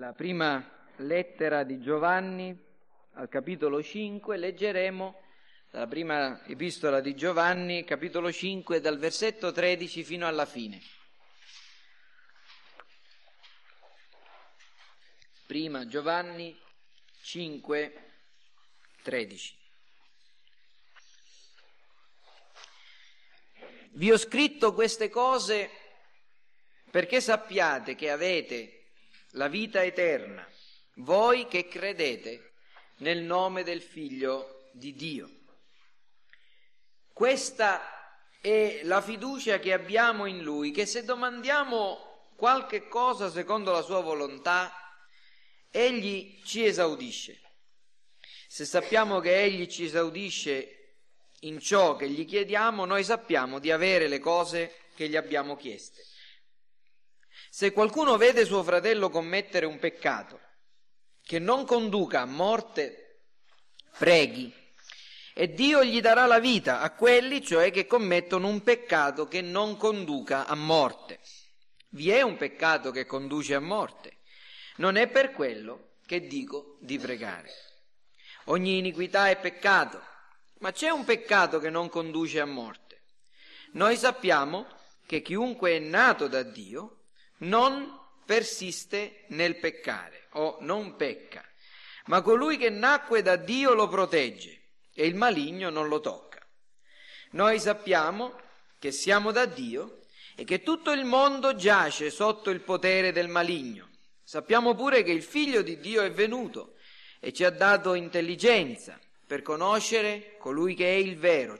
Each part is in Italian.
la prima lettera di Giovanni al capitolo 5, leggeremo la prima epistola di Giovanni, capitolo 5, dal versetto 13 fino alla fine. Prima Giovanni 5, 13. Vi ho scritto queste cose perché sappiate che avete la vita eterna, voi che credete nel nome del Figlio di Dio. Questa è la fiducia che abbiamo in Lui, che se domandiamo qualche cosa secondo la sua volontà, Egli ci esaudisce. Se sappiamo che Egli ci esaudisce in ciò che gli chiediamo, noi sappiamo di avere le cose che gli abbiamo chieste. Se qualcuno vede suo fratello commettere un peccato che non conduca a morte, preghi, e Dio gli darà la vita a quelli, cioè, che commettono un peccato che non conduca a morte. Vi è un peccato che conduce a morte. Non è per quello che dico di pregare. Ogni iniquità è peccato, ma c'è un peccato che non conduce a morte. Noi sappiamo che chiunque è nato da Dio non persiste nel peccare o non pecca, ma colui che nacque da Dio lo protegge e il maligno non lo tocca. Noi sappiamo che siamo da Dio e che tutto il mondo giace sotto il potere del maligno. Sappiamo pure che il Figlio di Dio è venuto e ci ha dato intelligenza per conoscere colui che è il vero,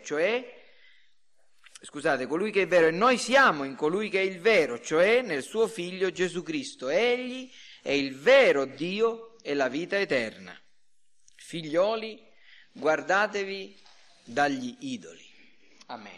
colui che è vero, e noi siamo in colui che è il vero, cioè nel suo Figlio Gesù Cristo. Egli è il vero Dio e la vita eterna. Figlioli, guardatevi dagli idoli. Amen.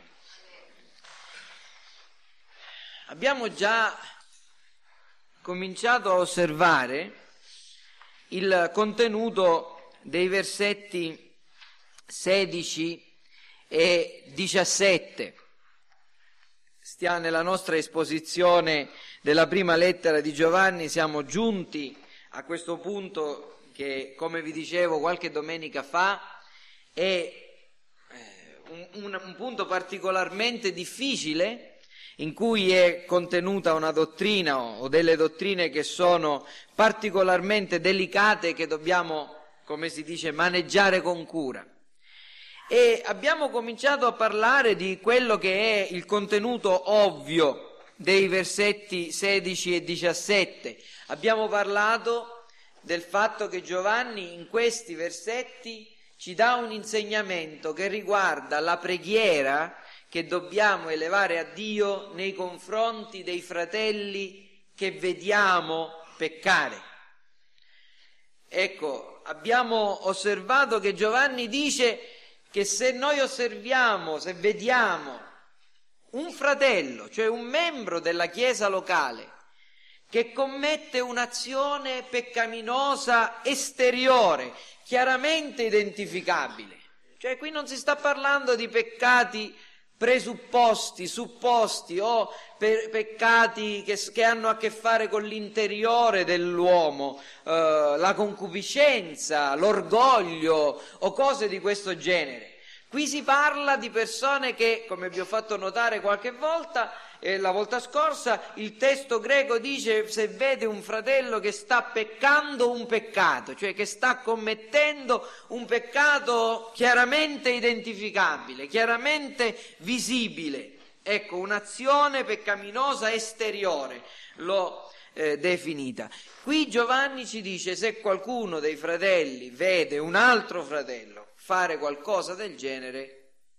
Abbiamo già cominciato a osservare il contenuto dei versetti 16 e 17. Stiamo nella nostra esposizione della prima lettera di Giovanni, siamo giunti a questo punto che, come vi dicevo qualche domenica fa, è un punto particolarmente difficile, in cui è contenuta una dottrina o delle dottrine che sono particolarmente delicate, che dobbiamo, come si dice, maneggiare con cura. E abbiamo cominciato a parlare di quello che è il contenuto ovvio dei versetti 16 e 17. Abbiamo parlato del fatto che Giovanni in questi versetti ci dà un insegnamento che riguarda la preghiera che dobbiamo elevare a Dio nei confronti dei fratelli che vediamo peccare. Ecco, abbiamo osservato che Giovanni dice che se noi osserviamo, se vediamo un fratello, cioè un membro della Chiesa locale, che commette un'azione peccaminosa esteriore, chiaramente identificabile, cioè qui non si sta parlando di peccati presupposti, supposti o peccati che hanno a che fare con l'interiore dell'uomo, la concupiscenza, l'orgoglio o cose di questo genere. Qui si parla di persone che, come vi ho fatto notare qualche volta, la volta scorsa, il testo greco dice: se vede un fratello che sta peccando un peccato, cioè che sta commettendo un peccato chiaramente identificabile, chiaramente visibile. Ecco, un'azione peccaminosa esteriore l'ho definita. Qui Giovanni ci dice: se qualcuno dei fratelli vede un altro fratello fare qualcosa del genere,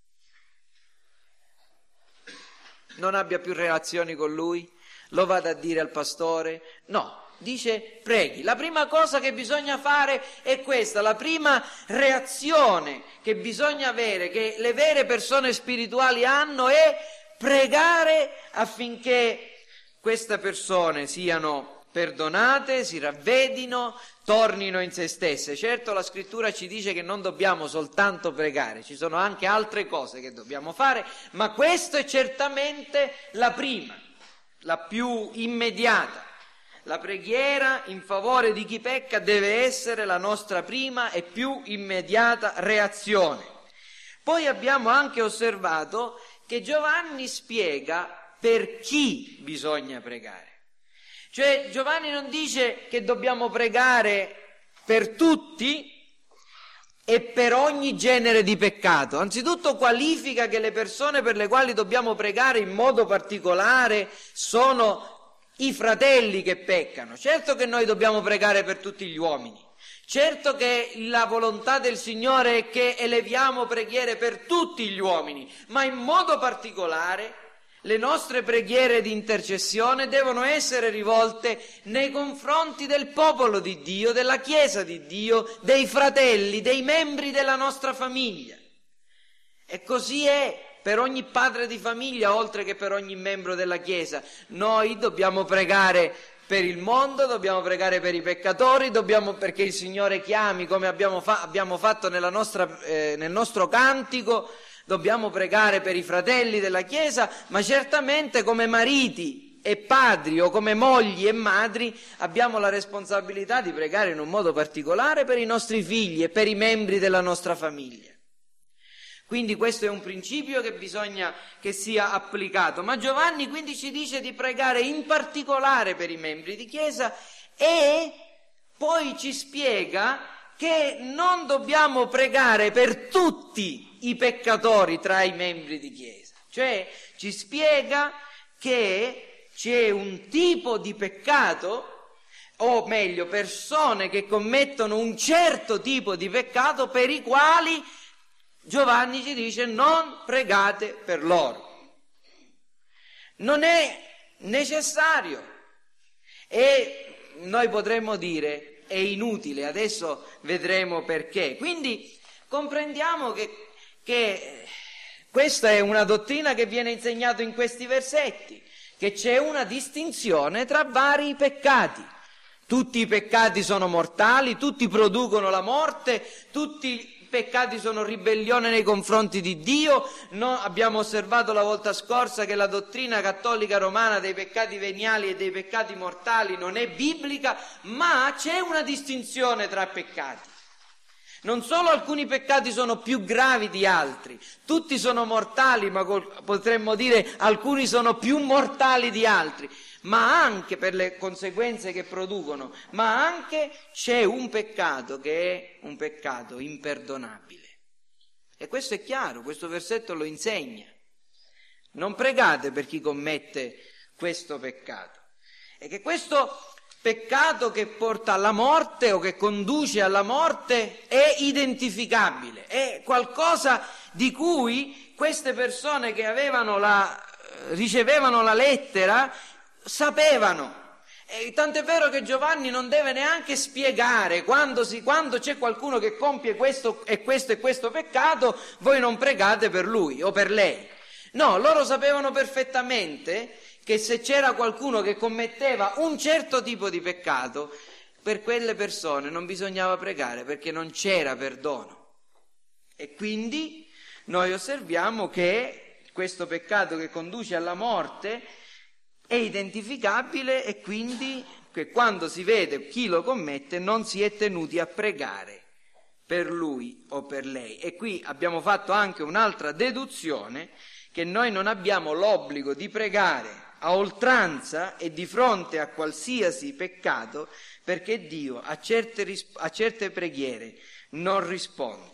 non abbia più relazioni con lui, lo vada a dire al pastore. No, dice preghi. La prima cosa che bisogna fare è questa, la prima reazione che bisogna avere, che le vere persone spirituali hanno, è pregare affinché queste persone siano perdonate, si ravvedino, tornino in se stesse. Certo, la scrittura ci dice che non dobbiamo soltanto pregare, ci sono anche altre cose che dobbiamo fare, ma questo è certamente la prima, la più immediata. La preghiera in favore di chi pecca deve essere la nostra prima e più immediata reazione. Poi abbiamo anche osservato che Giovanni spiega per chi bisogna pregare. Cioè Giovanni non dice che dobbiamo pregare per tutti e per ogni genere di peccato. Anzitutto qualifica che le persone per le quali dobbiamo pregare in modo particolare sono i fratelli che peccano. Certo che noi dobbiamo pregare per tutti gli uomini, certo che la volontà del Signore è che eleviamo preghiere per tutti gli uomini, ma in modo particolare le nostre preghiere di intercessione devono essere rivolte nei confronti del popolo di Dio, della Chiesa di Dio, dei fratelli, dei membri della nostra famiglia. E così è per ogni padre di famiglia, oltre che per ogni membro della Chiesa. Noi dobbiamo pregare per il mondo, dobbiamo pregare per i peccatori, perché il Signore chiami, come abbiamo fatto nel nostro cantico, dobbiamo pregare per i fratelli della Chiesa, ma certamente come mariti e padri o come mogli e madri abbiamo la responsabilità di pregare in un modo particolare per i nostri figli e per i membri della nostra famiglia. Quindi questo è un principio che bisogna che sia applicato. Ma Giovanni quindi ci dice di pregare in particolare per i membri di Chiesa e poi ci spiega che non dobbiamo pregare per tutti i peccatori tra i membri di Chiesa. Cioè ci spiega che c'è un tipo di peccato, o meglio persone che commettono un certo tipo di peccato per i quali Giovanni ci dice non pregate per loro. Non è necessario e noi potremmo dire è inutile, adesso vedremo perché. Quindi comprendiamo che questa è una dottrina che viene insegnata in questi versetti, che c'è una distinzione tra vari peccati. Tutti i peccati sono mortali, tutti producono la morte, tutti peccati sono ribellione nei confronti di Dio. Noi abbiamo osservato la volta scorsa che la dottrina cattolica romana dei peccati veniali e dei peccati mortali non è biblica, ma c'è una distinzione tra peccati. Non solo alcuni peccati sono più gravi di altri, tutti sono mortali, ma potremmo dire alcuni sono più mortali di altri, ma anche per le conseguenze che producono, ma anche c'è un peccato che è un peccato imperdonabile. E questo è chiaro, questo versetto lo insegna. Non pregate per chi commette questo peccato. E che questo peccato che porta alla morte o che conduce alla morte è identificabile, è qualcosa di cui queste persone che ricevevano la lettera sapevano. E tant'è vero che Giovanni non deve neanche spiegare quando c'è qualcuno che compie questo e questo peccato, voi non pregate per lui o per lei. No, loro sapevano perfettamente che se c'era qualcuno che commetteva un certo tipo di peccato, per quelle persone non bisognava pregare perché non c'era perdono. E quindi noi osserviamo che questo peccato che conduce alla morte è identificabile e quindi che quando si vede chi lo commette non si è tenuti a pregare per lui o per lei. E qui abbiamo fatto anche un'altra deduzione, che noi non abbiamo l'obbligo di pregare a oltranza e di fronte a qualsiasi peccato, perché Dio a certe preghiere non risponde.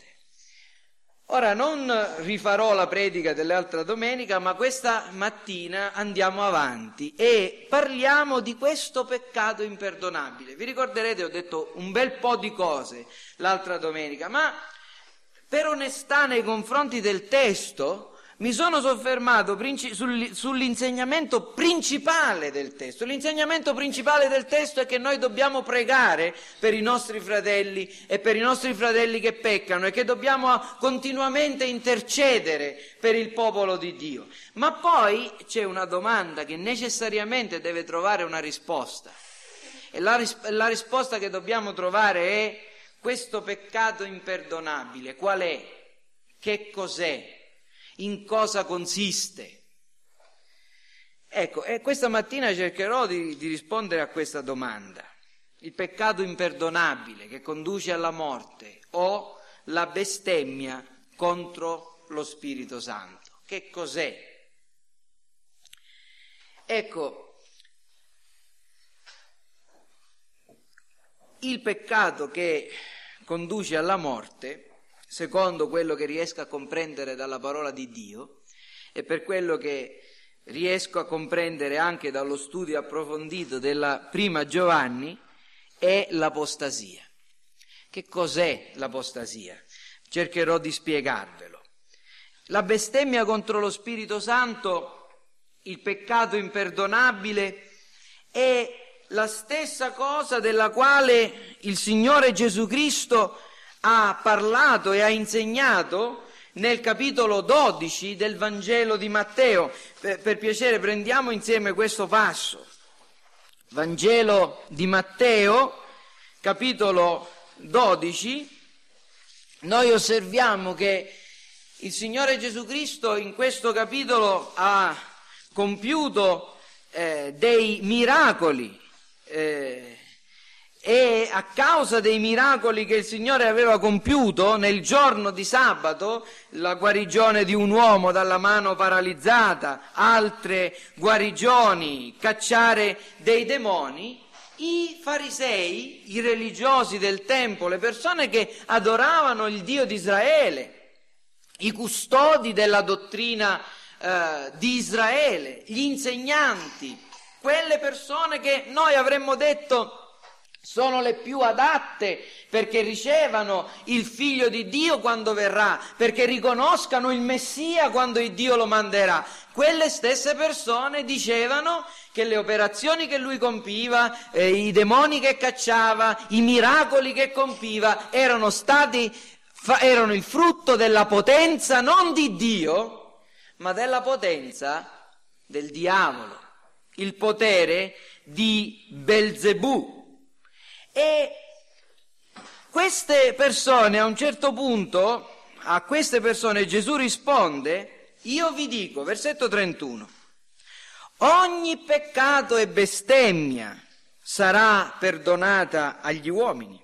Ora non rifarò la predica dell'altra domenica, ma questa mattina andiamo avanti e parliamo di questo peccato imperdonabile. Vi ricorderete, ho detto un bel po' di cose l'altra domenica, ma per onestà nei confronti del testo mi sono soffermato sull'insegnamento principale del testo. L'insegnamento principale del testo è che noi dobbiamo pregare per i nostri fratelli e per i nostri fratelli che peccano e che dobbiamo continuamente intercedere per il popolo di Dio. Ma poi c'è una domanda che necessariamente deve trovare una risposta. E la risposta che dobbiamo trovare è: questo peccato imperdonabile qual è? Che cos'è? In cosa consiste? Ecco, e questa mattina cercherò di rispondere a questa domanda. Il peccato imperdonabile che conduce alla morte o la bestemmia contro lo Spirito Santo. Che cos'è? Ecco, il peccato che conduce alla morte, secondo quello che riesco a comprendere dalla parola di Dio e per quello che riesco a comprendere anche dallo studio approfondito della prima Giovanni, è l'apostasia. Che cos'è l'apostasia? Cercherò di spiegarvelo. La bestemmia contro lo Spirito Santo, il peccato imperdonabile, è la stessa cosa della quale il Signore Gesù Cristo ha parlato e ha insegnato nel capitolo 12 del Vangelo di Matteo. Per piacere prendiamo insieme questo passo. Vangelo di Matteo, capitolo 12, noi osserviamo che il Signore Gesù Cristo in questo capitolo ha compiuto dei miracoli e a causa dei miracoli che il Signore aveva compiuto nel giorno di sabato, la guarigione di un uomo dalla mano paralizzata, altre guarigioni, cacciare dei demoni, i farisei, i religiosi del tempo, le persone che adoravano il Dio di Israele, i custodi della dottrina di Israele, gli insegnanti, quelle persone che noi avremmo detto sono le più adatte perché ricevano il Figlio di Dio quando verrà, perché riconoscano il Messia quando il Dio lo manderà. Quelle stesse persone dicevano che le operazioni che lui compiva, i demoni che cacciava, i miracoli che compiva erano il frutto della potenza non di Dio, ma della potenza del diavolo, il potere di Belzebù. E queste persone, a un certo punto, a queste persone Gesù risponde: io vi dico, versetto 31, ogni peccato e bestemmia sarà perdonata agli uomini,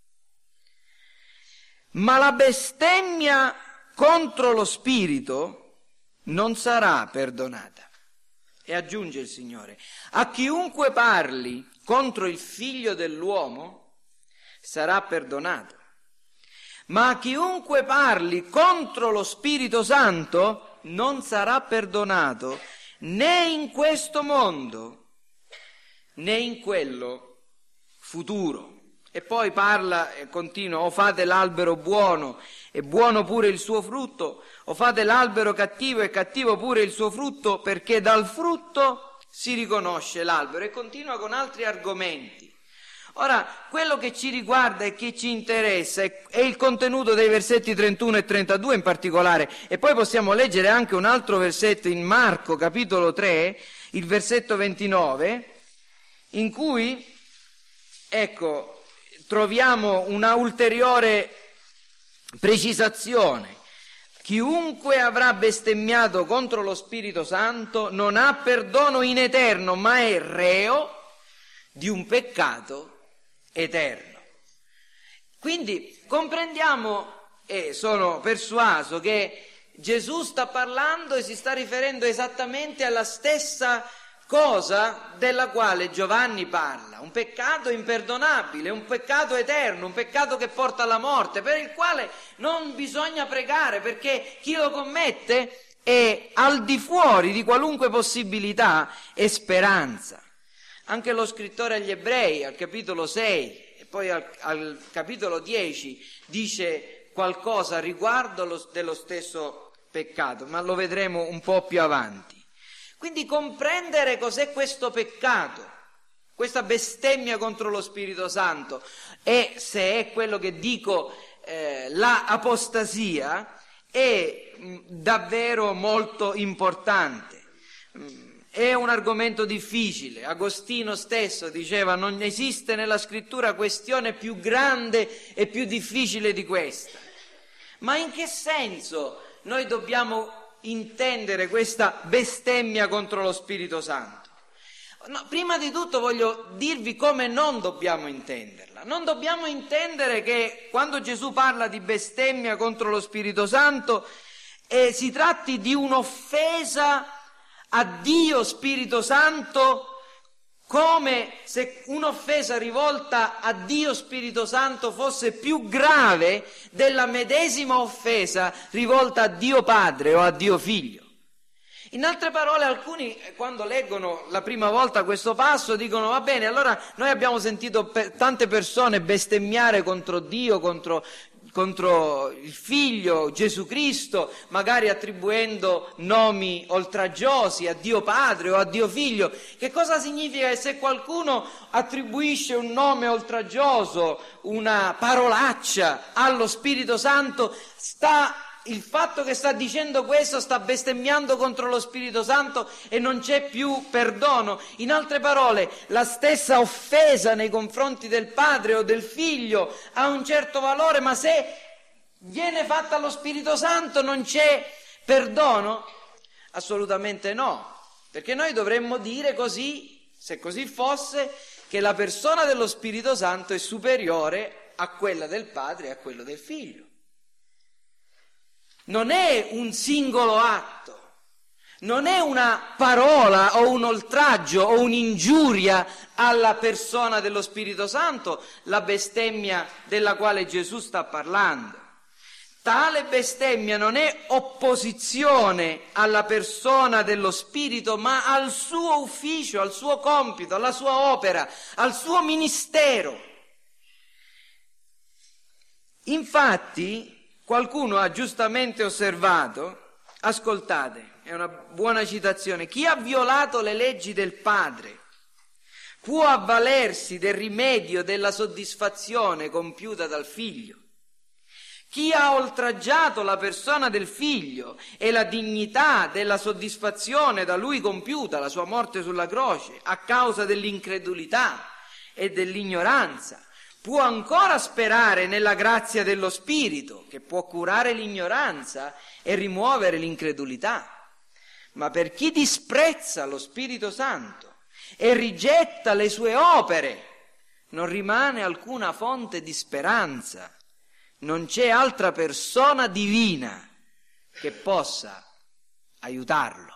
ma la bestemmia contro lo Spirito non sarà perdonata. E aggiunge il Signore: a chiunque parli contro il Figlio dell'uomo sarà perdonato, ma a chiunque parli contro lo Spirito Santo non sarà perdonato né in questo mondo né in quello futuro. E poi parla e continua: o fate l'albero buono e buono pure il suo frutto, o fate l'albero cattivo e cattivo pure il suo frutto, perché dal frutto si riconosce l'albero. E continua con altri argomenti. Ora, quello che ci riguarda e che ci interessa è il contenuto dei versetti 31 e 32 in particolare, e poi possiamo leggere anche un altro versetto in Marco, capitolo 3, il versetto 29, in cui, ecco, troviamo una ulteriore precisazione. Chiunque avrà bestemmiato contro lo Spirito Santo non ha perdono in eterno, ma è reo di un peccato eterno. Quindi comprendiamo, e sono persuaso, che Gesù sta parlando e si sta riferendo esattamente alla stessa cosa della quale Giovanni parla, un peccato imperdonabile, un peccato eterno, un peccato che porta alla morte, per il quale non bisogna pregare, perché chi lo commette è al di fuori di qualunque possibilità e speranza. Anche lo scrittore agli Ebrei, al capitolo 6 e poi al capitolo 10, dice qualcosa riguardo dello stesso peccato, ma lo vedremo un po' più avanti. Quindi comprendere cos'è questo peccato, questa bestemmia contro lo Spirito Santo, e se è quello che dico la apostasia, è davvero molto importante. È un argomento difficile. Agostino stesso diceva: non esiste nella scrittura questione più grande e più difficile di questa. Ma in che senso noi dobbiamo intendere questa bestemmia contro lo Spirito Santo? No, prima di tutto voglio dirvi come non dobbiamo intenderla. Non dobbiamo intendere che quando Gesù parla di bestemmia contro lo Spirito Santo si tratti di un'offesa a Dio Spirito Santo, come se un'offesa rivolta a Dio Spirito Santo fosse più grave della medesima offesa rivolta a Dio Padre o a Dio Figlio. In altre parole, alcuni quando leggono la prima volta questo passo dicono: va bene, allora noi abbiamo sentito tante persone bestemmiare contro Dio, contro il Figlio, Gesù Cristo, magari attribuendo nomi oltraggiosi a Dio Padre o a Dio Figlio. Che cosa significa che se qualcuno attribuisce un nome oltraggioso, una parolaccia allo Spirito Santo, il fatto che sta dicendo questo sta bestemmiando contro lo Spirito Santo e non c'è più perdono? In altre parole, la stessa offesa nei confronti del Padre o del Figlio ha un certo valore, ma se viene fatta allo Spirito Santo non c'è perdono? Assolutamente no, perché noi dovremmo dire così, se così fosse, che la persona dello Spirito Santo è superiore a quella del Padre e a quello del Figlio. Non è un singolo atto, non è una parola o un oltraggio o un'ingiuria alla persona dello Spirito Santo la bestemmia della quale Gesù sta parlando. Tale bestemmia non è opposizione alla persona dello Spirito, ma al suo ufficio, al suo compito, alla sua opera, al suo ministero. Infatti, qualcuno ha giustamente osservato, ascoltate, è una buona citazione: chi ha violato le leggi del Padre può avvalersi del rimedio della soddisfazione compiuta dal Figlio. Chi ha oltraggiato la persona del Figlio e la dignità della soddisfazione da Lui compiuta, la sua morte sulla croce, a causa dell'incredulità e dell'ignoranza, può ancora sperare nella grazia dello Spirito, che può curare l'ignoranza e rimuovere l'incredulità. Ma per chi disprezza lo Spirito Santo e rigetta le sue opere, non rimane alcuna fonte di speranza. Non c'è altra persona divina che possa aiutarlo.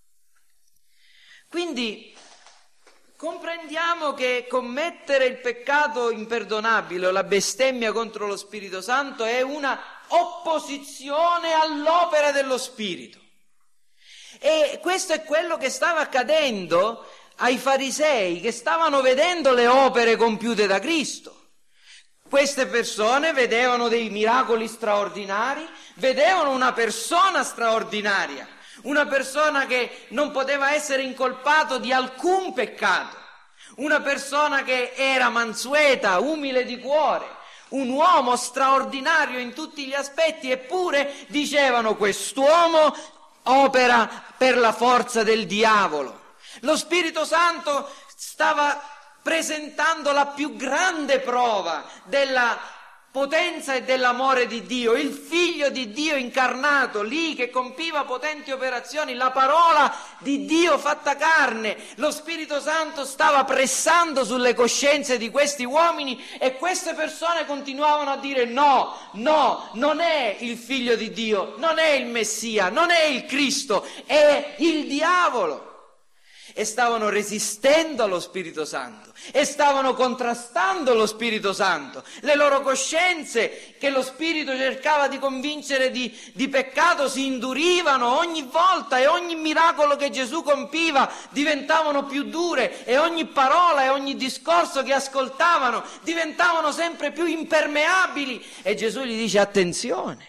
Quindi comprendiamo che commettere il peccato imperdonabile o la bestemmia contro lo Spirito Santo è una opposizione all'opera dello Spirito. E questo è quello che stava accadendo ai farisei, che stavano vedendo le opere compiute da Cristo. Queste persone vedevano dei miracoli straordinari, vedevano una persona straordinaria, una persona che non poteva essere incolpato di alcun peccato, una persona che era mansueta, umile di cuore, un uomo straordinario in tutti gli aspetti, eppure dicevano: quest'uomo opera per la forza del diavolo. Lo Spirito Santo stava presentando la più grande prova della potenza e dell'amore di Dio, il Figlio di Dio incarnato, lì che compiva potenti operazioni, la parola di Dio fatta carne. Lo Spirito Santo stava pressando sulle coscienze di questi uomini e queste persone continuavano a dire: no, non è il Figlio di Dio, non è il Messia, non è il Cristo, è il diavolo. E stavano resistendo allo Spirito Santo e stavano contrastando lo Spirito Santo. Le loro coscienze, che lo Spirito cercava di convincere di peccato, si indurivano ogni volta, e ogni miracolo che Gesù compiva diventavano più dure, e ogni parola e ogni discorso che ascoltavano diventavano sempre più impermeabili. E Gesù gli dice: attenzione,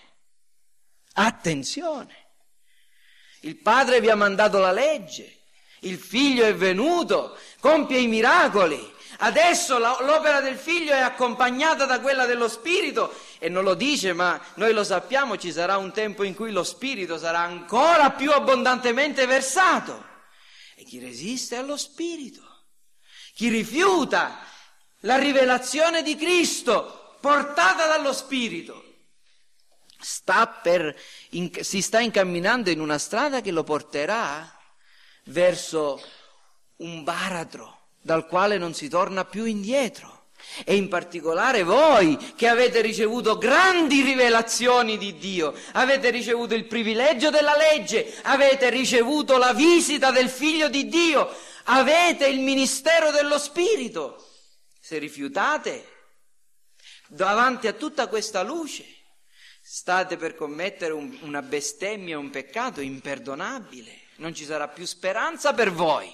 il Padre vi ha mandato la legge, il Figlio è venuto, compie i miracoli. Adesso l'opera del Figlio è accompagnata da quella dello Spirito, e non lo dice, ma noi lo sappiamo, ci sarà un tempo in cui lo Spirito sarà ancora più abbondantemente versato. E chi resiste allo Spirito, chi rifiuta la rivelazione di Cristo portata dallo Spirito, si sta incamminando in una strada che lo porterà verso un baratro dal quale non si torna più indietro. E in particolare voi che avete ricevuto grandi rivelazioni di Dio, avete ricevuto il privilegio della legge, avete ricevuto la visita del Figlio di Dio, avete il ministero dello Spirito. Se rifiutate, davanti a tutta questa luce, state per commettere una bestemmia, un peccato imperdonabile. Non ci sarà più speranza per voi.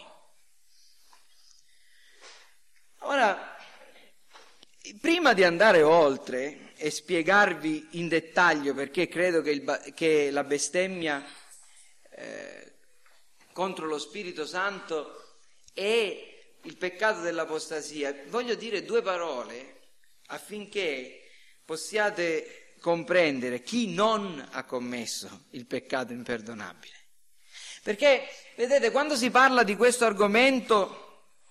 Ora, prima di andare oltre e spiegarvi in dettaglio perché credo che la bestemmia contro lo Spirito Santo è il peccato dell'apostasia, voglio dire due parole affinché possiate comprendere chi non ha commesso il peccato imperdonabile. Perché, vedete, quando si parla di questo argomento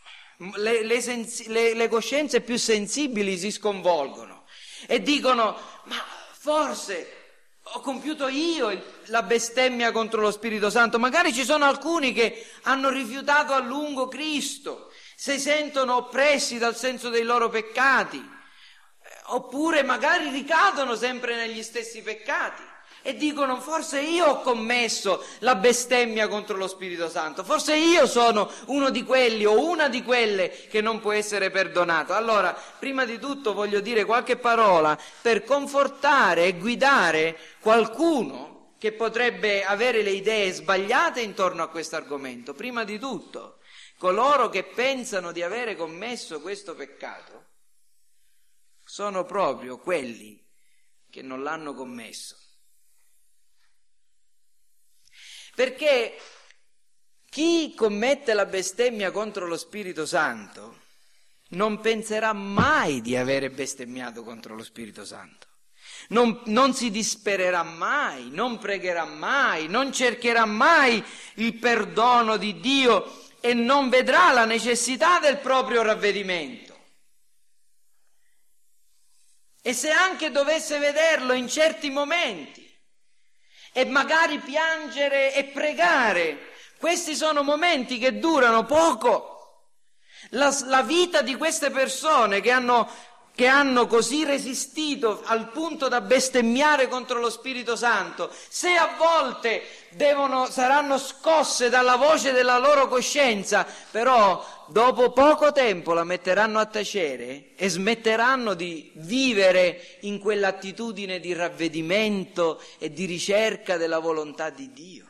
le coscienze più sensibili si sconvolgono e dicono: ma forse ho compiuto io la bestemmia contro lo Spirito Santo. Magari ci sono alcuni che hanno rifiutato a lungo Cristo, si sentono oppressi dal senso dei loro peccati, oppure magari ricadono sempre negli stessi peccati e dicono: forse io ho commesso la bestemmia contro lo Spirito Santo, forse io sono uno di quelli o una di quelle che non può essere perdonato. Allora, prima di tutto voglio dire qualche parola per confortare e guidare qualcuno che potrebbe avere le idee sbagliate intorno a questo argomento. Prima di tutto, coloro che pensano di avere commesso questo peccato sono proprio quelli che non l'hanno commesso. Perché chi commette la bestemmia contro lo Spirito Santo non penserà mai di avere bestemmiato contro lo Spirito Santo. Non si dispererà mai, non pregherà mai, non cercherà mai il perdono di Dio e non vedrà la necessità del proprio ravvedimento. E se anche dovesse vederlo in certi momenti e magari piangere e pregare, questi sono momenti che durano poco. La vita di queste persone che hanno così resistito al punto da bestemmiare contro lo Spirito Santo, se a volte saranno scosse dalla voce della loro coscienza, però dopo poco tempo la metteranno a tacere e smetteranno di vivere in quell'attitudine di ravvedimento e di ricerca della volontà di Dio.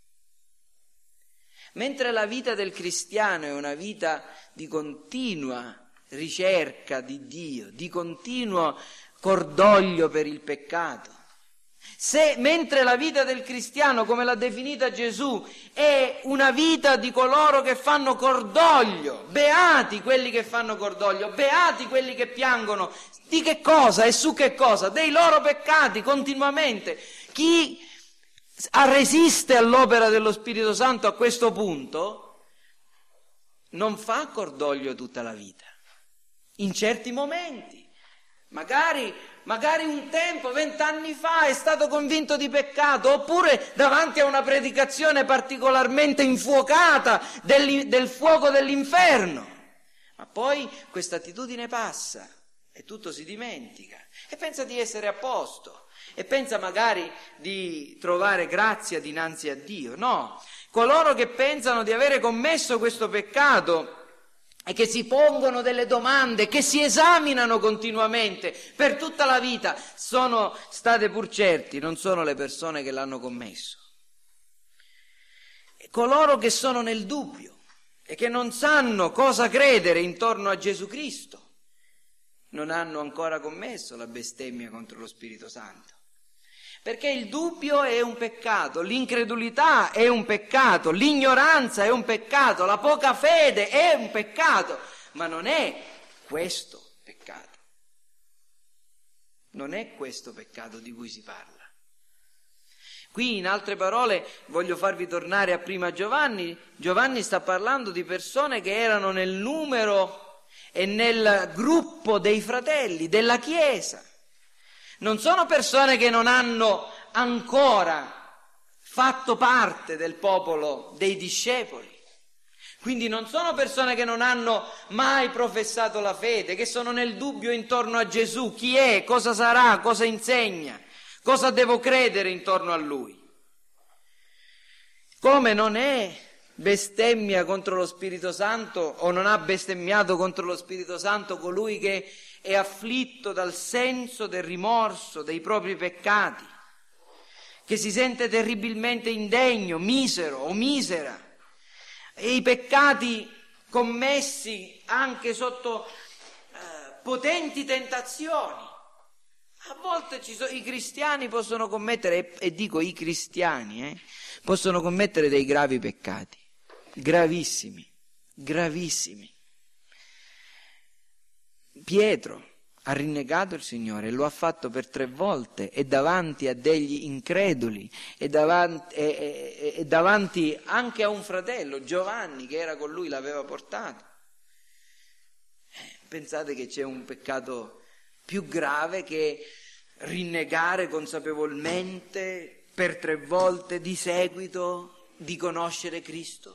Mentre la vita del cristiano è una vita di continua ricerca di Dio, di continuo cordoglio per il peccato. Mentre la vita del cristiano, come l'ha definita Gesù, è una vita di coloro che fanno cordoglio, beati quelli che fanno cordoglio, beati quelli che piangono, di che cosa e su che cosa? Dei loro peccati continuamente. Chi resiste all'opera dello Spirito Santo a questo punto non fa cordoglio tutta la vita. In certi momenti, magari un tempo, 20 anni fa, è stato convinto di peccato, oppure davanti a una predicazione particolarmente infuocata del fuoco dell'inferno. Ma poi questa attitudine passa e tutto si dimentica e pensa di essere a posto e pensa magari di trovare grazia dinanzi a Dio. No, coloro che pensano di avere commesso questo peccato e che si pongono delle domande, che si esaminano continuamente per tutta la vita, sono, state pur certi, non sono le persone che l'hanno commesso. E coloro che sono nel dubbio e che non sanno cosa credere intorno a Gesù Cristo non hanno ancora commesso la bestemmia contro lo Spirito Santo. Perché il dubbio è un peccato, l'incredulità è un peccato, l'ignoranza è un peccato, la poca fede è un peccato, ma non è questo peccato. Non è questo peccato di cui si parla. Qui, in altre parole, voglio farvi tornare a prima Giovanni. Giovanni sta parlando di persone che erano nel numero e nel gruppo dei fratelli, della Chiesa. non sono persone che non hanno ancora fatto parte del popolo dei discepoli. Quindi non sono persone che non hanno mai professato la fede, che sono nel dubbio intorno a Gesù, chi è, cosa sarà, cosa insegna, cosa devo credere intorno a Lui. Come non è bestemmia contro lo Spirito Santo, o non ha bestemmiato contro lo Spirito Santo colui che è afflitto dal senso del rimorso dei propri peccati, che si sente terribilmente indegno, misero o misera, e i peccati commessi anche sotto potenti tentazioni. A volte i cristiani possono commettere, e dico i cristiani, possono commettere dei gravi peccati, gravissimi, gravissimi. Pietro ha rinnegato il Signore, lo ha fatto per 3 volte e davanti a degli increduli e davanti anche a un fratello, Giovanni, che era con lui, l'aveva portato. Pensate che c'è un peccato più grave che rinnegare consapevolmente per 3 volte di seguito di conoscere Cristo?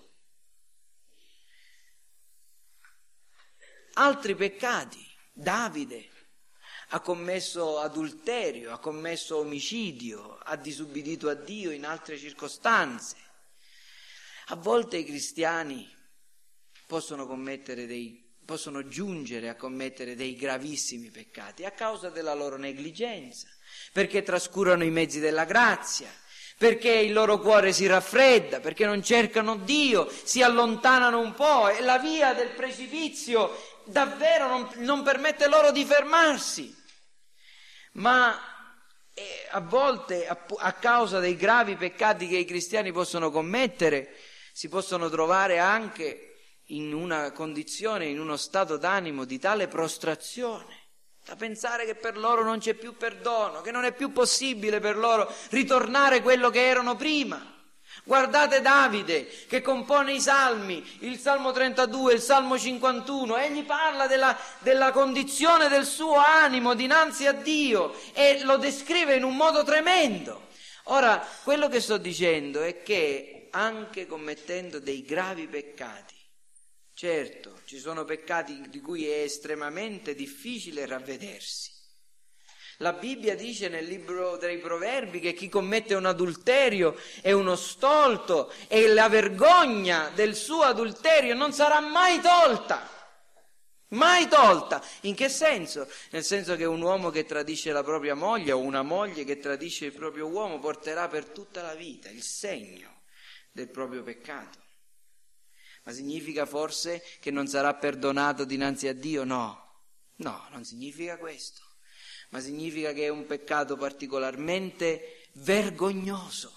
Altri peccati. Davide ha commesso adulterio, ha commesso omicidio, ha disubbidito a Dio in altre circostanze. A volte i cristiani possono giungere a commettere dei gravissimi peccati a causa della loro negligenza, perché trascurano i mezzi della grazia, perché il loro cuore si raffredda, perché non cercano Dio, si allontanano un po' e la via del precipizio davvero non permette loro di fermarsi. Ma a volte, a causa dei gravi peccati che i cristiani possono commettere, si possono trovare anche in una condizione, in uno stato d'animo di tale prostrazione, da pensare che per loro non c'è più perdono, che non è più possibile per loro ritornare quello che erano prima. Guardate Davide che compone i salmi, il Salmo 32, il Salmo 51, egli parla della condizione del suo animo dinanzi a Dio e lo descrive in un modo tremendo. Ora, quello che sto dicendo è che anche commettendo dei gravi peccati, certo, ci sono peccati di cui è estremamente difficile ravvedersi. La Bibbia dice nel libro dei Proverbi che chi commette un adulterio è uno stolto e la vergogna del suo adulterio non sarà mai tolta. Mai tolta. In che senso? Nel senso che un uomo che tradisce la propria moglie o una moglie che tradisce il proprio uomo porterà per tutta la vita il segno del proprio peccato. Ma significa forse che non sarà perdonato dinanzi a Dio? No, non significa questo. Ma significa che è un peccato particolarmente vergognoso.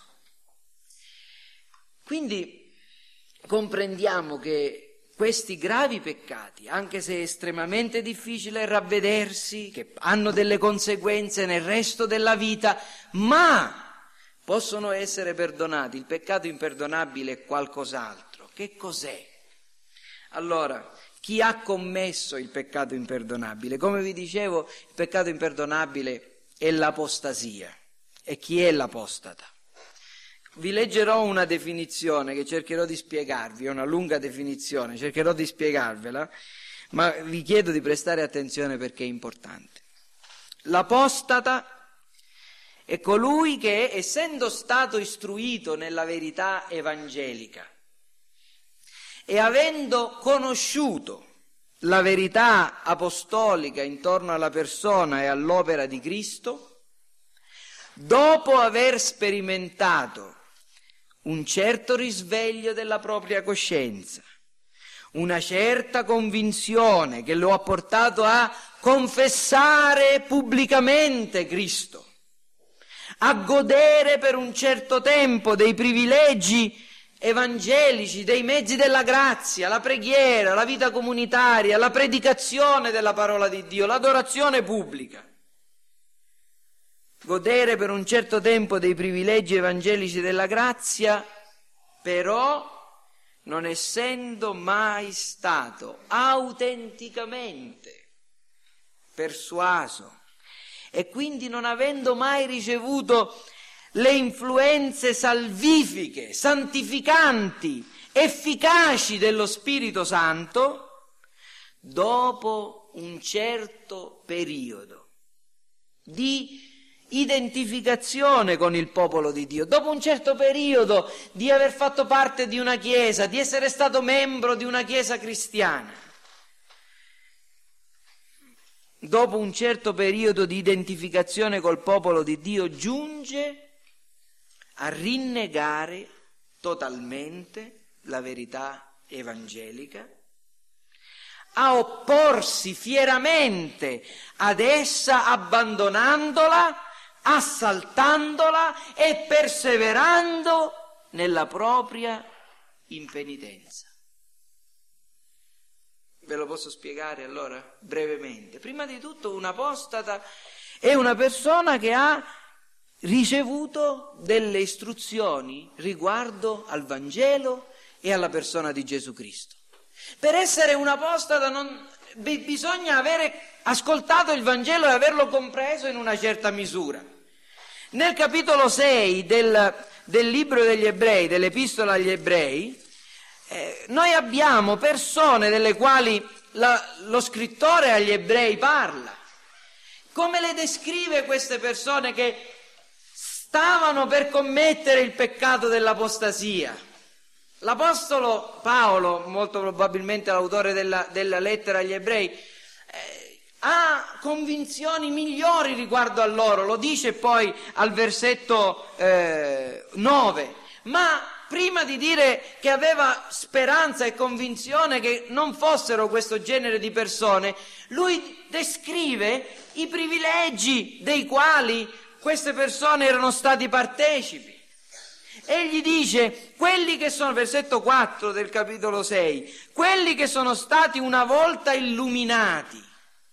Quindi comprendiamo che questi gravi peccati, anche se è estremamente difficile ravvedersi, che hanno delle conseguenze nel resto della vita, ma possono essere perdonati. Il peccato imperdonabile è qualcos'altro. Che cos'è? Allora, chi ha commesso il peccato imperdonabile? Come vi dicevo, il peccato imperdonabile è l'apostasia. E chi è l'apostata? Vi leggerò una definizione che cercherò di spiegarvi, è una lunga definizione, cercherò di spiegarvela, ma vi chiedo di prestare attenzione perché è importante. L'apostata è colui che, essendo stato istruito nella verità evangelica, e avendo conosciuto la verità apostolica intorno alla persona e all'opera di Cristo, dopo aver sperimentato un certo risveglio della propria coscienza, una certa convinzione che lo ha portato a confessare pubblicamente Cristo, a godere per un certo tempo dei privilegi evangelici, dei mezzi della grazia, la preghiera, la vita comunitaria, la predicazione della parola di Dio, l'adorazione pubblica. Godere per un certo tempo dei privilegi evangelici della grazia, però non essendo mai stato autenticamente persuaso e quindi non avendo mai ricevuto le influenze salvifiche, santificanti, efficaci dello Spirito Santo, dopo un certo periodo di identificazione con il popolo di Dio, dopo un certo periodo di aver fatto parte di una chiesa, di essere stato membro di una chiesa cristiana, dopo un certo periodo di identificazione col popolo di Dio, giunge a rinnegare totalmente la verità evangelica, a opporsi fieramente ad essa, abbandonandola, assaltandola e perseverando nella propria impenitenza. Ve lo posso spiegare allora brevemente? Prima di tutto, un apostata è una persona che ha ricevuto delle istruzioni riguardo al Vangelo e alla persona di Gesù Cristo. Per essere un apostata bisogna avere ascoltato il Vangelo e averlo compreso in una certa misura. Nel capitolo 6 del libro degli Ebrei, dell'Epistola agli Ebrei, noi abbiamo persone delle quali lo scrittore agli Ebrei parla. Come le descrive queste persone che stavano per commettere il peccato dell'apostasia? L'Apostolo Paolo, molto probabilmente l'autore della lettera agli Ebrei, ha convinzioni migliori riguardo a loro, lo dice poi al versetto 9, ma prima di dire che aveva speranza e convinzione che non fossero questo genere di persone, lui descrive i privilegi dei quali queste persone erano stati partecipi. Egli dice, quelli che sono, versetto 4 del capitolo 6, quelli che sono stati una volta illuminati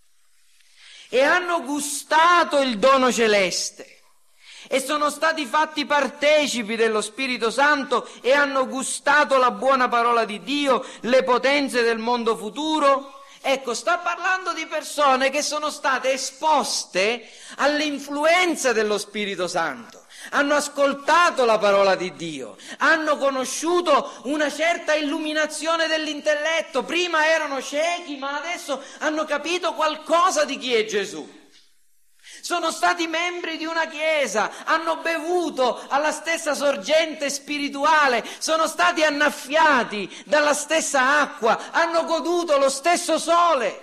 e hanno gustato il dono celeste e sono stati fatti partecipi dello Spirito Santo e hanno gustato la buona parola di Dio, le potenze del mondo futuro. Ecco, sta parlando di persone che sono state esposte all'influenza dello Spirito Santo. Hanno ascoltato la parola di Dio, hanno conosciuto una certa illuminazione dell'intelletto, prima erano ciechi ma adesso hanno capito qualcosa di chi è Gesù. Sono stati membri di una chiesa, hanno bevuto alla stessa sorgente spirituale, sono stati annaffiati dalla stessa acqua, hanno goduto lo stesso sole.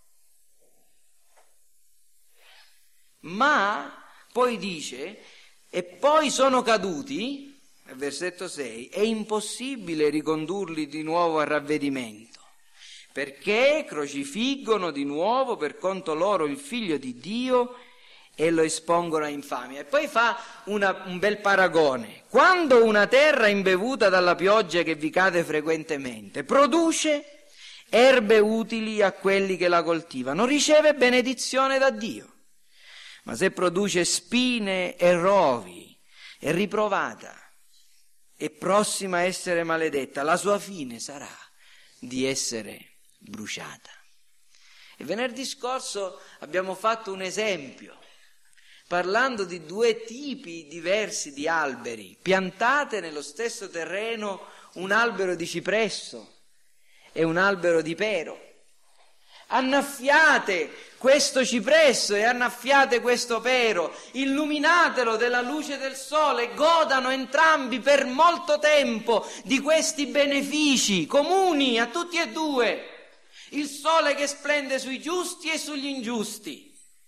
Ma poi dice, e poi sono caduti, versetto 6, è impossibile ricondurli di nuovo al ravvedimento, perché crocifiggono di nuovo per conto loro il Figlio di Dio e lo espongono a infamia. E poi fa un bel paragone. Quando una terra imbevuta dalla pioggia che vi cade frequentemente produce erbe utili a quelli che la coltivano, riceve benedizione da Dio. Ma se produce spine e rovi, è riprovata, è prossima a essere maledetta, la sua fine sarà di essere bruciata. E venerdì scorso abbiamo fatto un esempio, parlando di due tipi diversi di alberi, piantate nello stesso terreno, un albero di cipresso e un albero di pero. Annaffiate questo cipresso e annaffiate questo pero, illuminatelo della luce del sole, godano entrambi per molto tempo di questi benefici comuni a tutti e due. Il sole che splende sui giusti e sugli ingiusti.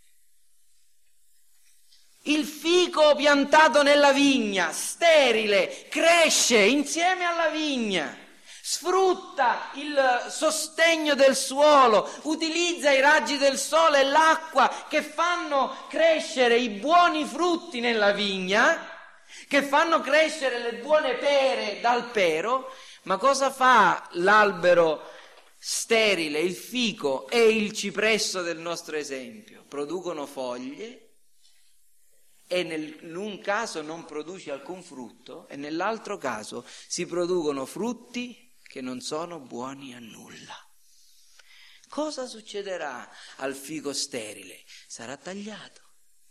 Il fico piantato nella vigna, sterile, cresce insieme alla vigna. Sfrutta il sostegno del suolo, utilizza i raggi del sole e l'acqua che fanno crescere i buoni frutti nella vigna, che fanno crescere le buone pere dal pero. Ma cosa fa l'albero sterile, il fico e il cipresso del nostro esempio? Producono foglie e in un caso non produce alcun frutto e nell'altro caso si producono frutti che non sono buoni a nulla. Cosa succederà al fico sterile? Sarà tagliato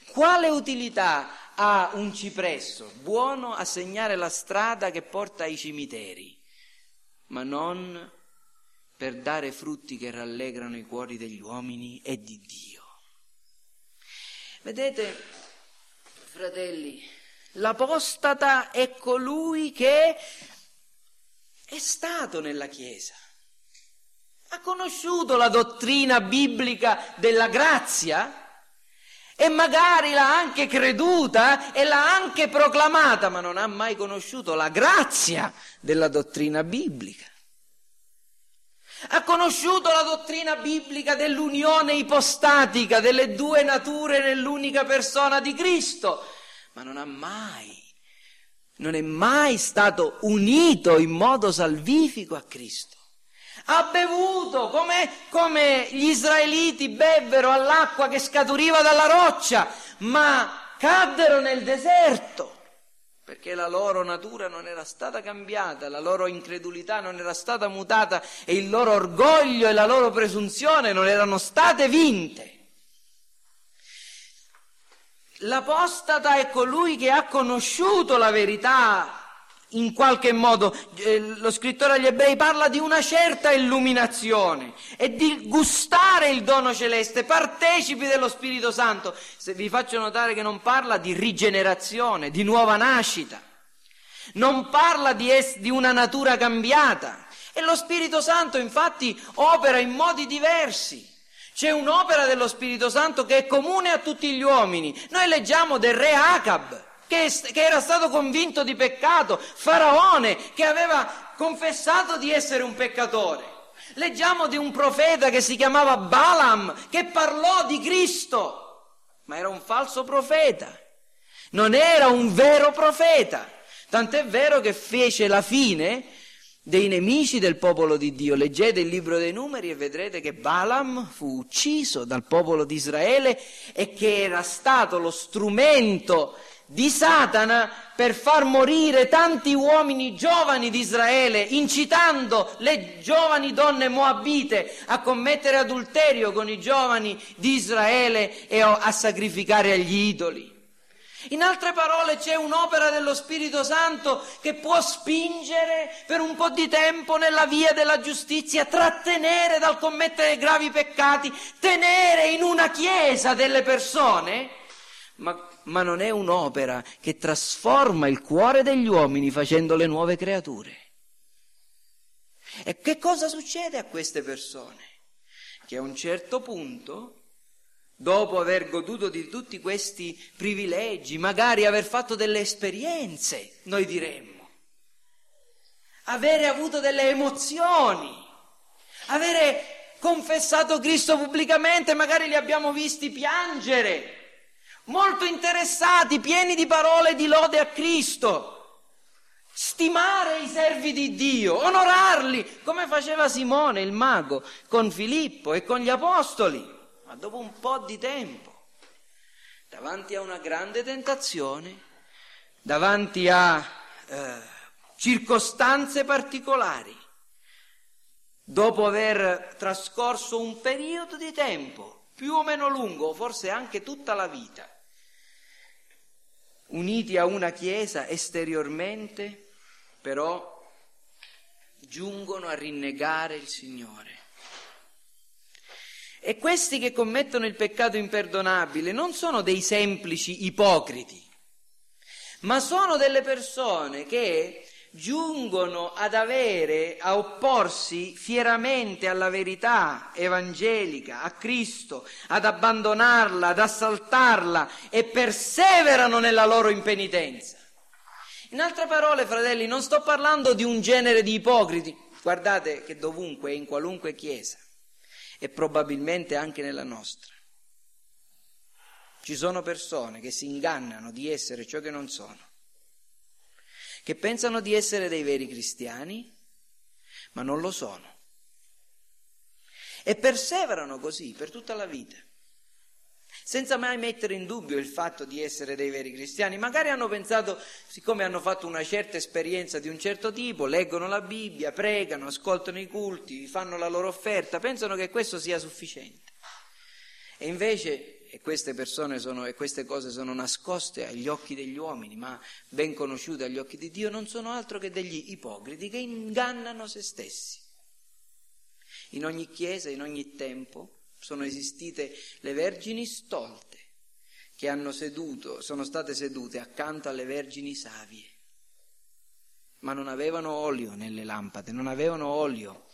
Quale utilità ha un cipresso buono a segnare la strada che porta ai cimiteri, ma non per dare frutti che rallegrano i cuori degli uomini e di Dio? Vedete, fratelli, l'apostata è colui che è stato nella Chiesa, ha conosciuto la dottrina biblica della grazia e magari l'ha anche creduta e l'ha anche proclamata, ma non ha mai conosciuto la grazia della dottrina biblica. Ha conosciuto la dottrina biblica dell'unione ipostatica delle due nature nell'unica persona di Cristo, ma non è mai stato unito in modo salvifico a Cristo. Ha bevuto come gli israeliti bevvero all'acqua che scaturiva dalla roccia, ma caddero nel deserto, perché la loro natura non era stata cambiata, la loro incredulità non era stata mutata e il loro orgoglio e la loro presunzione non erano state vinte. L'apostata è colui che ha conosciuto la verità in qualche modo. Lo scrittore agli Ebrei parla di una certa illuminazione e di gustare il dono celeste, partecipi dello Spirito Santo. Se vi faccio notare che non parla di rigenerazione, di nuova nascita, non parla di una natura cambiata, e lo Spirito Santo infatti opera in modi diversi. C'è un'opera dello Spirito Santo che è comune a tutti gli uomini. Noi leggiamo del re Acab, che era stato convinto di peccato, Faraone, che aveva confessato di essere un peccatore. Leggiamo di un profeta che si chiamava Balaam, che parlò di Cristo, ma era un falso profeta, non era un vero profeta, tant'è vero che fece la fine dei nemici del popolo di Dio. Leggete il libro dei Numeri e vedrete che Balaam fu ucciso dal popolo di Israele e che era stato lo strumento di Satana per far morire tanti uomini giovani di Israele, incitando le giovani donne moabite a commettere adulterio con i giovani di Israele e a sacrificare agli idoli. In altre parole, c'è un'opera dello Spirito Santo che può spingere per un po' di tempo nella via della giustizia, trattenere dal commettere gravi peccati, tenere in una chiesa delle persone, ma non è un'opera che trasforma il cuore degli uomini facendole nuove creature. E che cosa succede a queste persone? Che a un certo punto, dopo aver goduto di tutti questi privilegi, magari aver fatto delle esperienze, noi diremmo, avere avuto delle emozioni, avere confessato Cristo pubblicamente, magari li abbiamo visti piangere, molto interessati, pieni di parole di lode a Cristo, stimare i servi di Dio, onorarli, come faceva Simone il mago con Filippo e con gli apostoli. Ma dopo un po' di tempo, davanti a una grande tentazione, davanti a circostanze particolari, dopo aver trascorso un periodo di tempo, più o meno lungo, forse anche tutta la vita, uniti a una chiesa esteriormente, però giungono a rinnegare il Signore. E questi che commettono il peccato imperdonabile non sono dei semplici ipocriti, ma sono delle persone che giungono a opporsi fieramente alla verità evangelica, a Cristo, ad abbandonarla, ad assaltarla e perseverano nella loro impenitenza. In altre parole, fratelli, non sto parlando di un genere di ipocriti, guardate che dovunque, in qualunque chiesa, e probabilmente anche nella nostra, ci sono persone che si ingannano di essere ciò che non sono, che pensano di essere dei veri cristiani, ma non lo sono, e perseverano così per tutta la vita, senza mai mettere in dubbio il fatto di essere dei veri cristiani. Magari hanno pensato, siccome hanno fatto una certa esperienza di un certo tipo, leggono la Bibbia, pregano, ascoltano i culti, fanno la loro offerta, pensano che questo sia sufficiente. E invece e queste persone e queste cose sono nascoste agli occhi degli uomini, ma ben conosciute agli occhi di Dio, non sono altro che degli ipocriti che ingannano se stessi. In ogni chiesa, in ogni tempo, sono esistite le vergini stolte che sono state sedute accanto alle vergini savie, ma non avevano olio nelle lampade, non avevano olio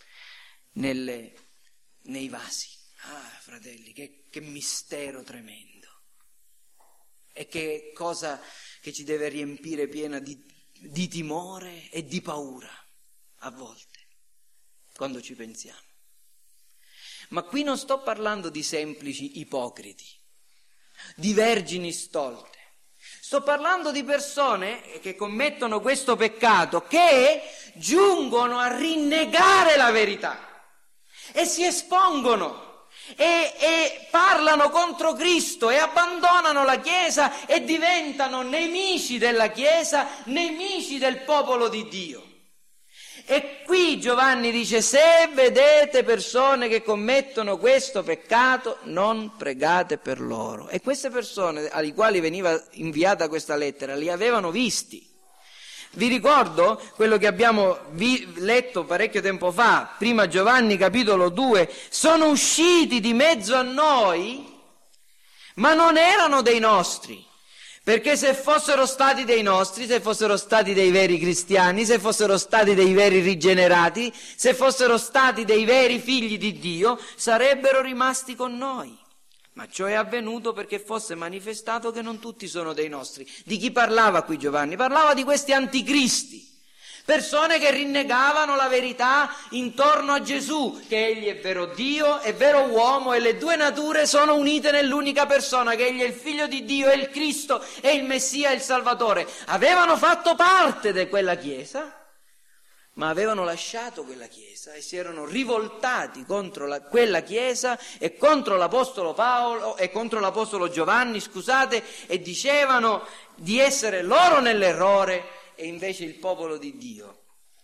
nei vasi. Ah, fratelli, che mistero tremendo! E che cosa che ci deve riempire piena di timore e di paura, a volte, quando ci pensiamo. Ma qui non sto parlando di semplici ipocriti, di vergini stolte. Sto parlando di persone che commettono questo peccato, che giungono a rinnegare la verità e si espongono e parlano contro Cristo e abbandonano la Chiesa e diventano nemici della Chiesa, nemici del popolo di Dio. E qui Giovanni dice: se vedete persone che commettono questo peccato, non pregate per loro. E queste persone alle quali veniva inviata questa lettera li avevano visti. Vi ricordo quello che abbiamo letto parecchio tempo fa, prima Giovanni capitolo 2, sono usciti di mezzo a noi, ma non erano dei nostri. Perché se fossero stati dei nostri, se fossero stati dei veri cristiani, se fossero stati dei veri rigenerati, se fossero stati dei veri figli di Dio, sarebbero rimasti con noi. Ma ciò è avvenuto perché fosse manifestato che non tutti sono dei nostri. Di chi parlava qui Giovanni? Parlava di questi anticristi. Persone che rinnegavano la verità intorno a Gesù, che egli è vero Dio, è vero uomo e le due nature sono unite nell'unica persona, che egli è il figlio di Dio, è il Cristo, è il Messia, è il Salvatore. Avevano fatto parte di quella Chiesa, ma avevano lasciato quella Chiesa e si erano rivoltati contro quella Chiesa e contro l'Apostolo Paolo e contro l'Apostolo Giovanni, e dicevano di essere loro nell'errore. E invece il popolo di Dio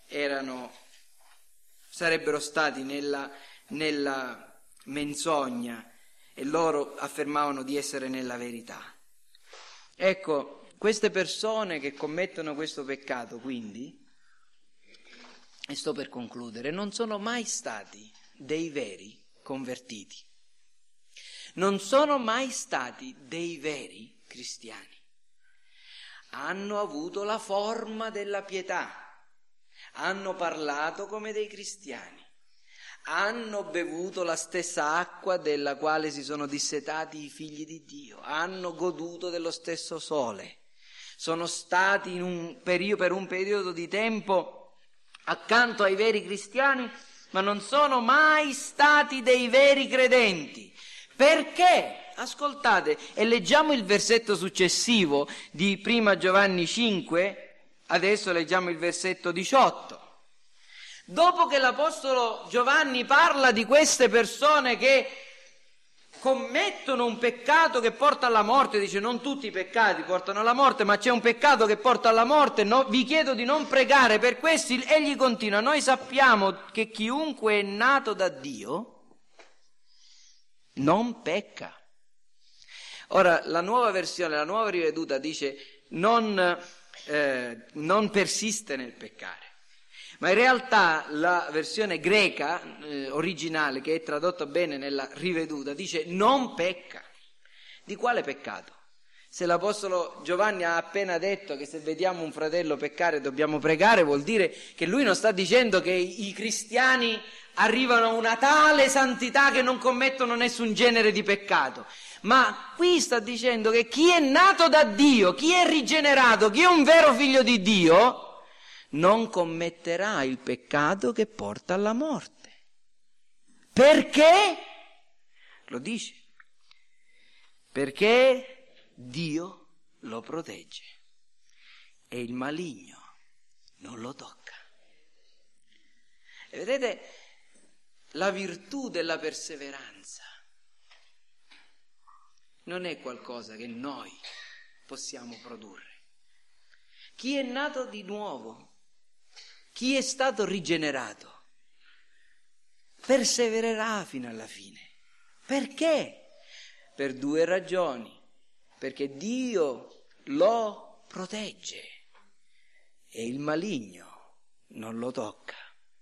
sarebbero stati nella menzogna e loro affermavano di essere nella verità. Ecco, queste persone che commettono questo peccato, quindi, e sto per concludere, non sono mai stati dei veri convertiti. Non sono mai stati dei veri cristiani. Hanno avuto la forma della pietà, hanno parlato come dei cristiani, hanno bevuto la stessa acqua della quale si sono dissetati i figli di Dio, hanno goduto dello stesso sole, sono stati per un periodo di tempo accanto ai veri cristiani, ma non sono mai stati dei veri credenti. Perché? Ascoltate, e leggiamo il versetto successivo di prima Giovanni 5, adesso leggiamo il versetto 18. Dopo che l'Apostolo Giovanni parla di queste persone che commettono un peccato che porta alla morte, dice non tutti i peccati portano alla morte, ma c'è un peccato che porta alla morte, no, vi chiedo di non pregare per questi, egli continua: noi sappiamo che chiunque è nato da Dio non pecca. Ora, la nuova versione, la nuova riveduta dice non persiste nel peccare, ma in realtà la versione greca originale, che è tradotta bene nella riveduta, dice non pecca. Di quale peccato? Se l'Apostolo Giovanni ha appena detto che se vediamo un fratello peccare dobbiamo pregare, vuol dire che lui non sta dicendo che i cristiani arrivano a una tale santità che non commettono nessun genere di peccato. Ma qui sta dicendo che chi è nato da Dio, chi è rigenerato, chi è un vero figlio di Dio, non commetterà il peccato che porta alla morte. Perché? Lo dice. Perché Dio lo protegge e il maligno non lo tocca. E vedete, la virtù della perseveranza non è qualcosa che noi possiamo produrre. Chi è nato di nuovo, chi è stato rigenerato, persevererà fino alla fine. Perché? per 2 ragioni. Perché Dio lo protegge e il maligno non lo tocca.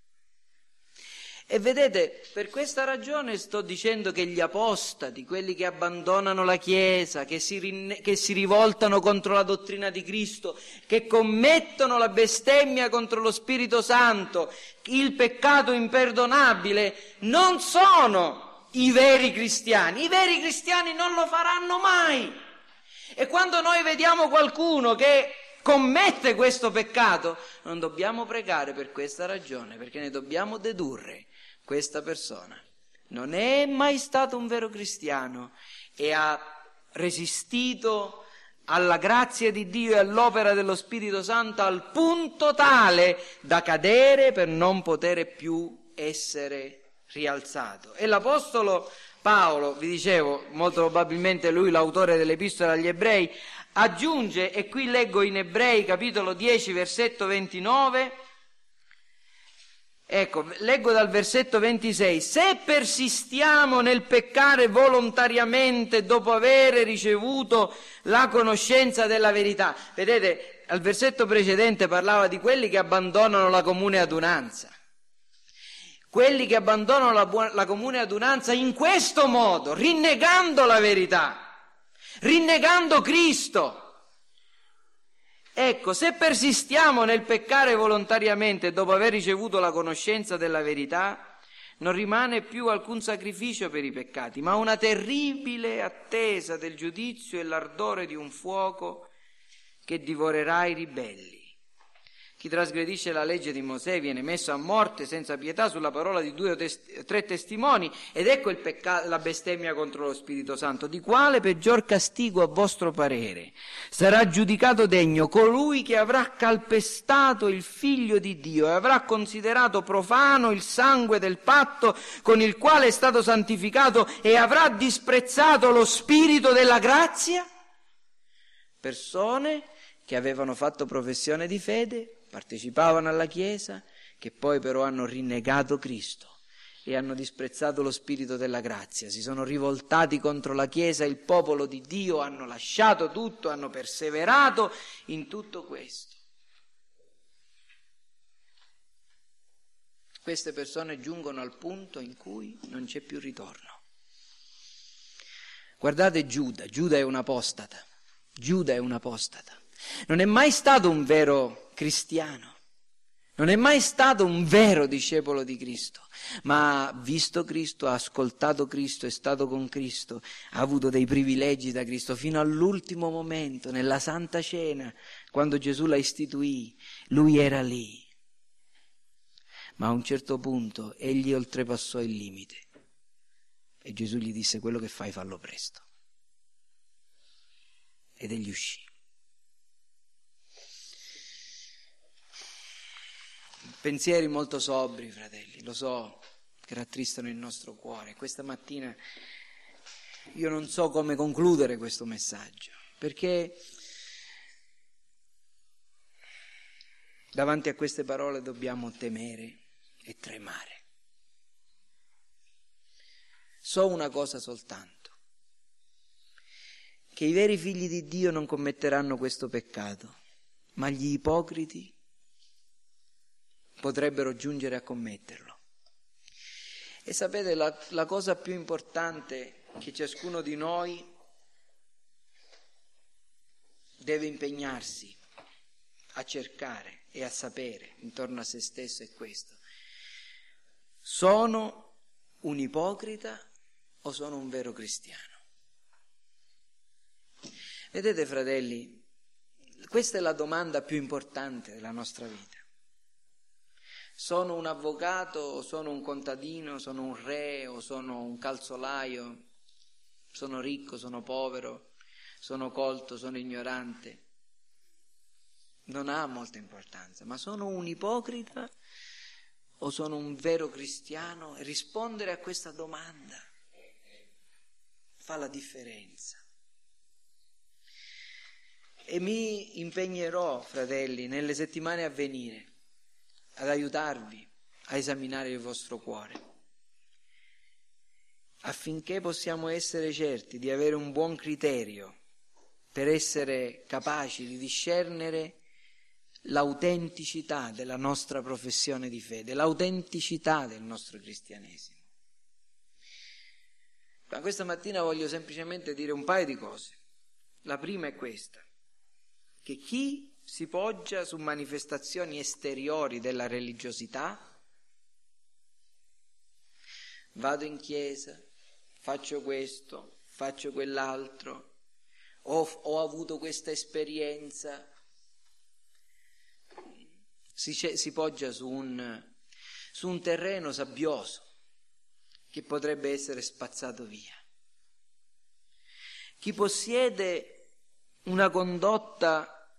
E vedete, per questa ragione sto dicendo che gli apostati, quelli che abbandonano la Chiesa, che si rivoltano contro la dottrina di Cristo, che commettono la bestemmia contro lo Spirito Santo, il peccato imperdonabile, non sono i veri cristiani. I veri cristiani non lo faranno mai. E quando noi vediamo qualcuno che commette questo peccato, non dobbiamo pregare per questa ragione, perché ne dobbiamo dedurre: questa persona non è mai stato un vero cristiano e ha resistito alla grazia di Dio e all'opera dello Spirito Santo al punto tale da cadere per non poter più essere rialzato. E l'Apostolo Paolo, vi dicevo, molto probabilmente lui l'autore dell'Epistola agli Ebrei, aggiunge, e qui leggo in Ebrei capitolo 10 versetto 29, ecco, leggo dal versetto 26: se persistiamo nel peccare volontariamente dopo aver ricevuto la conoscenza della verità, vedete, al versetto precedente parlava di quelli che abbandonano la comune adunanza. Quelli che abbandonano la comune adunanza in questo modo, rinnegando la verità, rinnegando Cristo. Ecco, se persistiamo nel peccare volontariamente dopo aver ricevuto la conoscenza della verità, non rimane più alcun sacrificio per i peccati, ma una terribile attesa del giudizio e l'ardore di un fuoco che divorerà i ribelli. Chi trasgredisce la legge di Mosè viene messo a morte senza pietà sulla parola di 2 o 3 testimoni, ed ecco il la bestemmia contro lo Spirito Santo. Di quale peggior castigo, a vostro parere, sarà giudicato degno colui che avrà calpestato il Figlio di Dio e avrà considerato profano il sangue del patto con il quale è stato santificato e avrà disprezzato lo Spirito della grazia? Persone che avevano fatto professione di fede, partecipavano alla Chiesa, che poi però hanno rinnegato Cristo e hanno disprezzato lo Spirito della grazia, si sono rivoltati contro la Chiesa, il popolo di Dio, hanno lasciato tutto, hanno perseverato in tutto questo. Queste persone giungono al punto in cui non c'è più ritorno. Guardate Giuda è un apostata. Giuda è un apostata. Non è mai stato un vero cristiano, non è mai stato un vero discepolo di Cristo, ma ha visto Cristo, ha ascoltato Cristo, è stato con Cristo, ha avuto dei privilegi da Cristo fino all'ultimo momento, nella Santa Cena, quando Gesù la istituì, lui era lì. Ma a un certo punto egli oltrepassò il limite e Gesù gli disse: quello che fai fallo presto. Ed egli uscì. Pensieri molto sobri, fratelli, lo so, che rattristano il nostro cuore. Questa mattina io non so come concludere questo messaggio, perché davanti a queste parole dobbiamo temere e tremare. So una cosa soltanto: che i veri figli di Dio non commetteranno questo peccato, ma gli ipocriti potrebbero giungere a commetterlo. E sapete, la cosa più importante che ciascuno di noi deve impegnarsi a cercare e a sapere intorno a se stesso è questo: sono un ipocrita o sono un vero cristiano? Vedete, fratelli, questa è la domanda più importante della nostra vita. Sono un avvocato o sono un contadino, sono un re o sono un calzolaio, sono ricco, sono povero, sono colto, sono ignorante? Non ha molta importanza, ma sono un ipocrita o sono un vero cristiano? E rispondere a questa domanda fa la differenza. E mi impegnerò, fratelli, nelle settimane a venire ad aiutarvi a esaminare il vostro cuore affinché possiamo essere certi di avere un buon criterio per essere capaci di discernere l'autenticità della nostra professione di fede, l'autenticità del nostro cristianesimo. Ma questa mattina voglio semplicemente dire un paio di cose. La prima è questa, che chi si poggia su manifestazioni esteriori della religiosità, vado in chiesa, faccio questo, faccio quell'altro, ho avuto questa esperienza, si poggia su un terreno sabbioso che potrebbe essere spazzato via. Chi possiede una condotta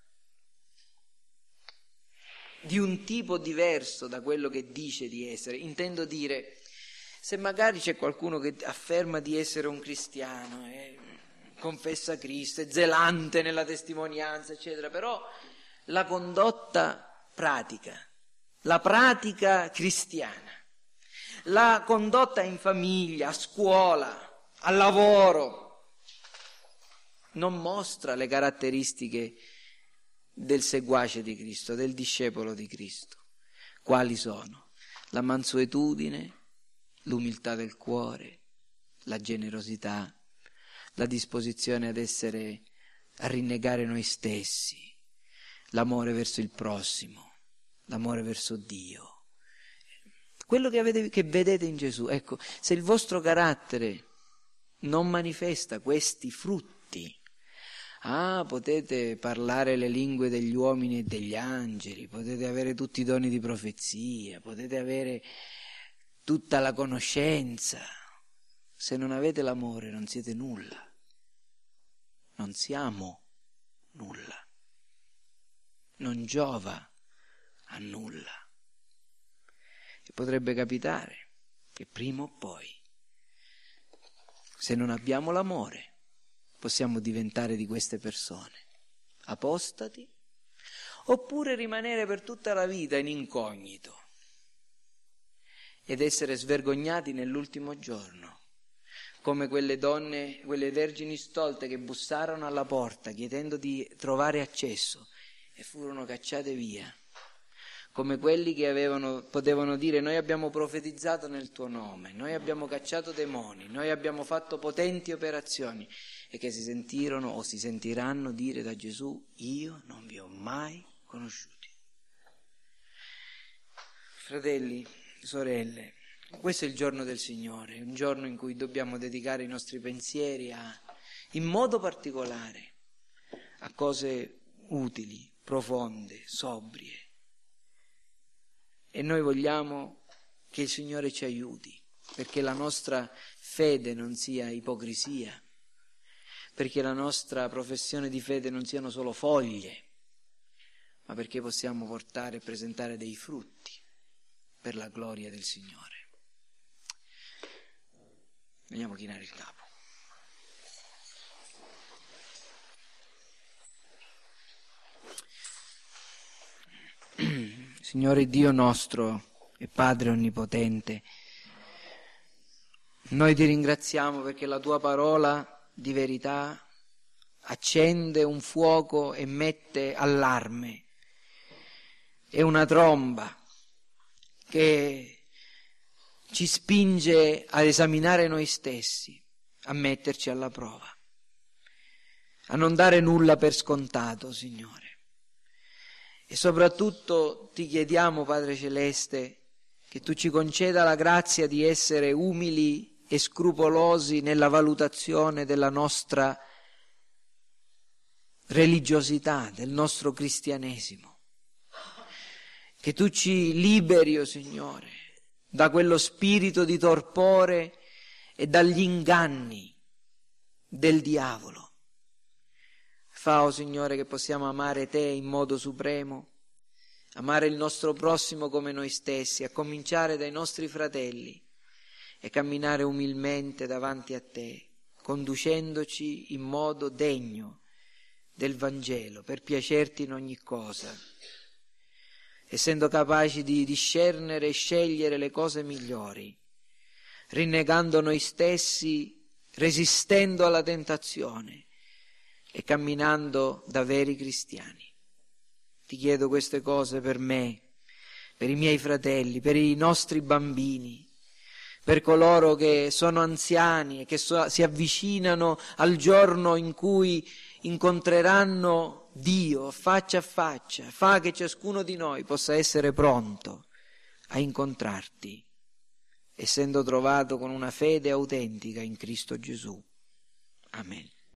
di un tipo diverso da quello che dice di essere, intendo dire, se magari c'è qualcuno che afferma di essere un cristiano, confessa Cristo, è zelante nella testimonianza, eccetera, però la condotta pratica, la pratica cristiana, la condotta in famiglia, a scuola, al lavoro, non mostra le caratteristiche del seguace di Cristo, del discepolo di Cristo. Quali sono? La mansuetudine, l'umiltà del cuore, la generosità, la disposizione a rinnegare noi stessi, l'amore verso il prossimo, l'amore verso Dio. Quello che vedete in Gesù, ecco, se il vostro carattere non manifesta questi frutti, potete parlare le lingue degli uomini e degli angeli, potete avere tutti i doni di profezia, potete avere tutta la conoscenza. Se non avete l'amore non siete nulla, non siamo nulla, non giova a nulla. E potrebbe capitare che prima o poi, se non abbiamo l'amore, possiamo diventare di queste persone, apostati, oppure rimanere per tutta la vita in incognito ed essere svergognati nell'ultimo giorno, come quelle donne, quelle vergini stolte che bussarono alla porta chiedendo di trovare accesso e furono cacciate via, come quelli che potevano dire: noi abbiamo profetizzato nel tuo nome, noi abbiamo cacciato demoni, noi abbiamo fatto potenti operazioni, e che si sentirono o si sentiranno dire da Gesù: io non vi ho mai conosciuti. Fratelli, sorelle, questo è il giorno del Signore, un giorno in cui dobbiamo dedicare i nostri pensieri in modo particolare a cose utili, profonde, sobrie. E noi vogliamo che il Signore ci aiuti, perché la nostra fede non sia ipocrisia, perché la nostra professione di fede non siano solo foglie, ma perché possiamo portare e presentare dei frutti per la gloria del Signore. Veniamo a chinare il capo. Signore Dio nostro e Padre Onnipotente, noi ti ringraziamo perché la tua parola di verità accende un fuoco e mette allarme. È una tromba che ci spinge ad esaminare noi stessi, a metterci alla prova, a non dare nulla per scontato, Signore. E soprattutto ti chiediamo, Padre Celeste, che tu ci conceda la grazia di essere umili e scrupolosi nella valutazione della nostra religiosità, del nostro cristianesimo. Che tu ci liberi, o Signore, da quello spirito di torpore e dagli inganni del diavolo. Fa, o Signore, che possiamo amare Te in modo supremo, amare il nostro prossimo come noi stessi, a cominciare dai nostri fratelli, e camminare umilmente davanti a Te, conducendoci in modo degno del Vangelo, per piacerti in ogni cosa, essendo capaci di discernere e scegliere le cose migliori, rinnegando noi stessi, resistendo alla tentazione e camminando da veri cristiani. Ti chiedo queste cose per me, per i miei fratelli, per i nostri bambini, per coloro che sono anziani e che si avvicinano al giorno in cui incontreranno Dio faccia a faccia. Fa che ciascuno di noi possa essere pronto a incontrarti, essendo trovato con una fede autentica in Cristo Gesù. Amen.